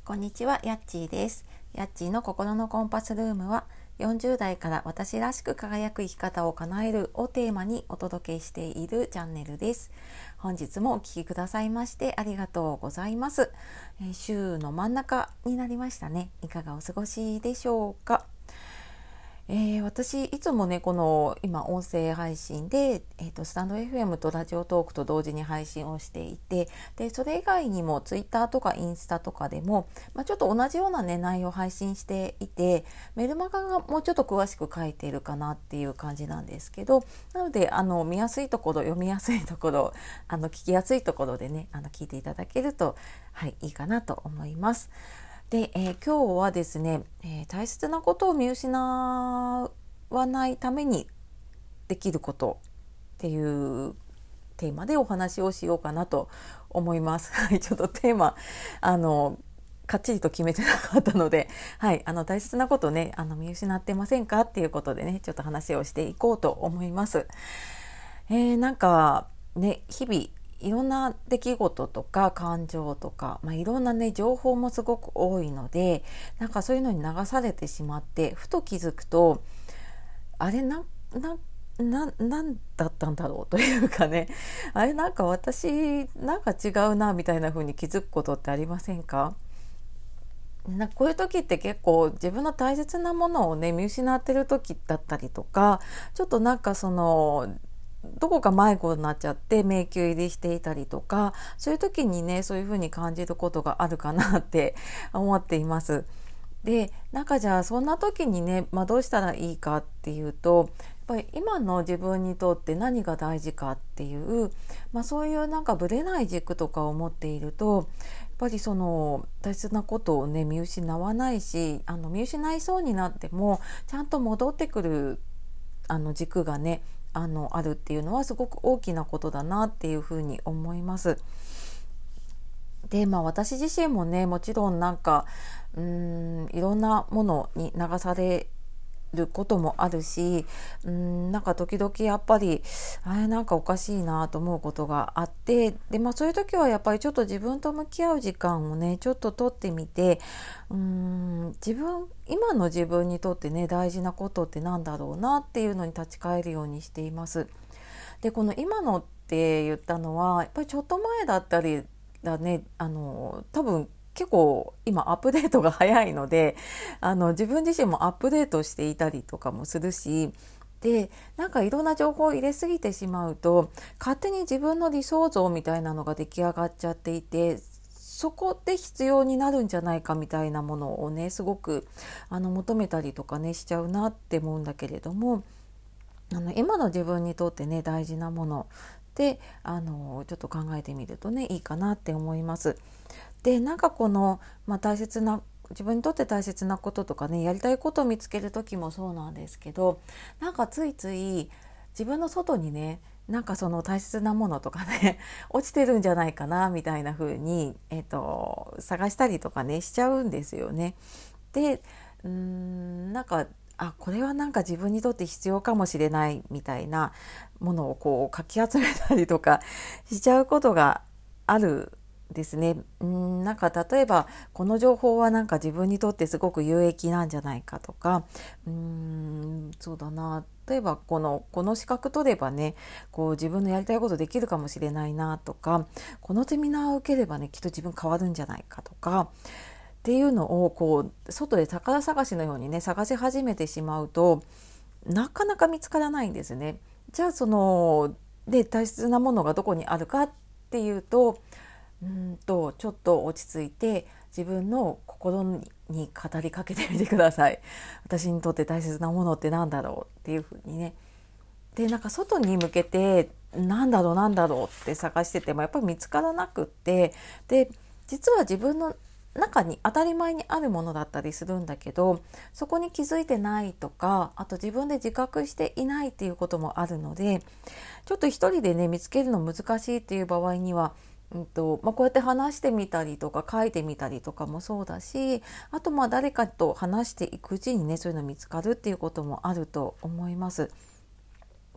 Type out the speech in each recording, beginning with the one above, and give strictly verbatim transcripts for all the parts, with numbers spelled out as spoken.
こんにちは、やっちーです。やっちーの心のコンパスルームはよんじゅう代から私らしく輝く生き方を叶えるをテーマにお届けしているチャンネルです。本日もお聞きくださいましてありがとうございます。えー、週の真ん中になりましたね。いかがお過ごしでしょうか。えー、私いつもねこの今音声配信で、えー、とスタンド エフエム とラジオトークと同時に配信をしていて、でそれ以外にもツイッターとかインスタとかでも、まあ、ちょっと同じような、ね、内容を配信していて、メルマガがもうちょっと詳しく書いているかなっていう感じなんですけど、なのであの見やすいところ、読みやすいところ、あの聞きやすいところでねあの聞いていただけると、はい、いいかなと思います。で、えー、今日はですね、えー、大切なことを見失わないためにできることっていうテーマでお話をしようかなと思います。ちょっとテーマあのかっちりと決めてなかったので、はい、あの大切なことねあの見失ってませんかっていうことでねちょっと話をしていこうと思います。えー、なんかね日々いろんな出来事とか感情とか、まあ、いろんなね情報もすごく多いので、なんかそういうのに流されてしまってふと気づくと、あれななななんだったんだろうというかね、あれなんか私なんか違うなみたいな風に気づくことってありませんか？なんかこういう時って結構自分の大切なものをね見失ってる時だったりとか、ちょっとなんかそのどこか迷子になっちゃって迷宮入りしていたりとか、そういう時にねそういう風に感じることがあるかなって思っています。で、なんかじゃあそんな時にね、まあ、どうしたらいいかっていうと、やっぱり今の自分にとって何が大事かっていう、まあ、そういうなんかぶれない軸とかを持っていると、やっぱりその大切なことをね見失わないし、あの見失いそうになってもちゃんと戻ってくるあの軸がねあのあるっていうのはすごく大きなことだなっていうふうに思います。で、まあ私自身もねもちろんなんかうーんいろんなものに流されることもあるし、うーんなんか時々やっぱりあれなんかおかしいなと思うことがあって、で、まあ、そういう時はやっぱりちょっと自分と向き合う時間をねちょっと取ってみて、うーん自分今の自分にとってね大事なことってなんだろうなっていうのに立ち返るようにしています。で、この今のって言ったのはやっぱりちょっと前だったりだね、あの多分結構今アップデートが早いので、あの自分自身もアップデートしていたりとかもするし、でなんかいろんな情報を入れすぎてしまうと勝手に自分の理想像みたいなのが出来上がっちゃっていて、そこで必要になるんじゃないかみたいなものをねすごくあの求めたりとかねしちゃうなって思うんだけれども、あの今の自分にとってね大事なものであのちょっと考えてみるとねいいかなって思います。で、なんかこの、まあ、大切な自分にとって大切なこととかねやりたいことを見つける時もそうなんですけど、なんかついつい自分の外にねなんかその大切なものとかね落ちてるんじゃないかなみたいな風に、えーと、探したりとかねしちゃうんですよね。で、うーんなんかあこれはなんか自分にとって必要かもしれないみたいなものをこうかき集めたりとかしちゃうことがあるですね。うーんなんか例えばこの情報はなんか自分にとってすごく有益なんじゃないかとか、うーんそうだな、例えばこのこの資格取ればねこう自分のやりたいことできるかもしれないなとか、このセミナーを受ければねきっと自分変わるんじゃないかとかっていうのをこう外で宝探しのようにね探し始めてしまうとなかなか見つからないんですね。じゃあそので大切なものがどこにあるかっていうと、うんとちょっと落ち着いて自分の心に語りかけてみてください。私にとって大切なものってなんだろうっていうふうにね。でなんか外に向けてなんだろうなんだろうって探しててもやっぱり見つからなくって、で実は自分の中に当たり前にあるものだったりするんだけど、そこに気づいてないとか、あと自分で自覚していないっていうこともあるので、ちょっと一人でね見つけるの難しいっていう場合には、うんとまあ、こうやって話してみたりとか書いてみたりとかもそうだし、あとまあ誰かと話していくうちにねそういうの見つかるっていうこともあると思います。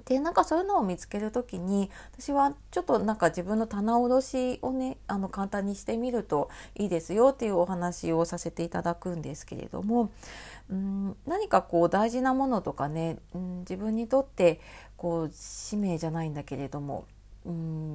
でなんかそういうのを見つけるときに私はちょっとなんか自分の棚卸しをねあの簡単にしてみるといいですよっていうお話をさせていただくんですけれども、うん、何かこう大事なものとかね、うん、自分にとってこう使命じゃないんだけれども、うん、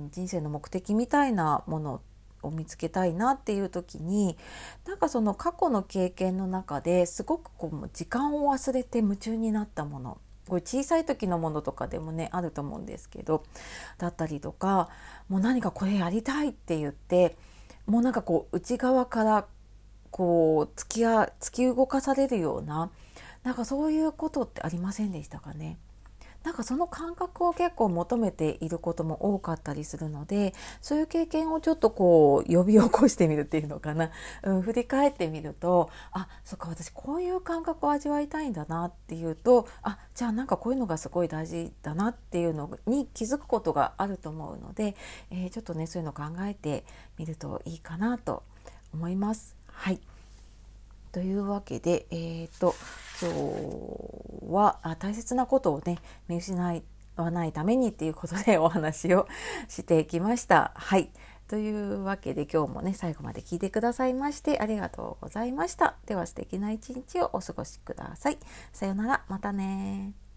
人生の目的みたいなものを見つけたいなっていう時になんかその過去の経験の中ですごくこう時間を忘れて夢中になったもの、これ小さい時のものとかでもねあると思うんですけどだったりとか、もう何かこれやりたいって言ってもうなんかこう内側からこう突きや突き動かされるようななんかそういうことってありませんでしたかね。なんかその感覚を結構求めていることも多かったりするので、そういう経験をちょっとこう呼び起こしてみるっていうのかな、うん、振り返ってみると、あ、そっか私こういう感覚を味わいたいんだなっていうと、あ、じゃあなんかこういうのがすごい大事だなっていうのに気づくことがあると思うので、えー、ちょっとねそういうのを考えてみるといいかなと思います。はい。というわけで、えーと、今日はあ大切なことをね見失わないためにっていうことでお話をしてきました。はい。というわけで今日もね最後まで聞いてくださいましてありがとうございました。では素敵な一日をお過ごしください。さようなら、またね。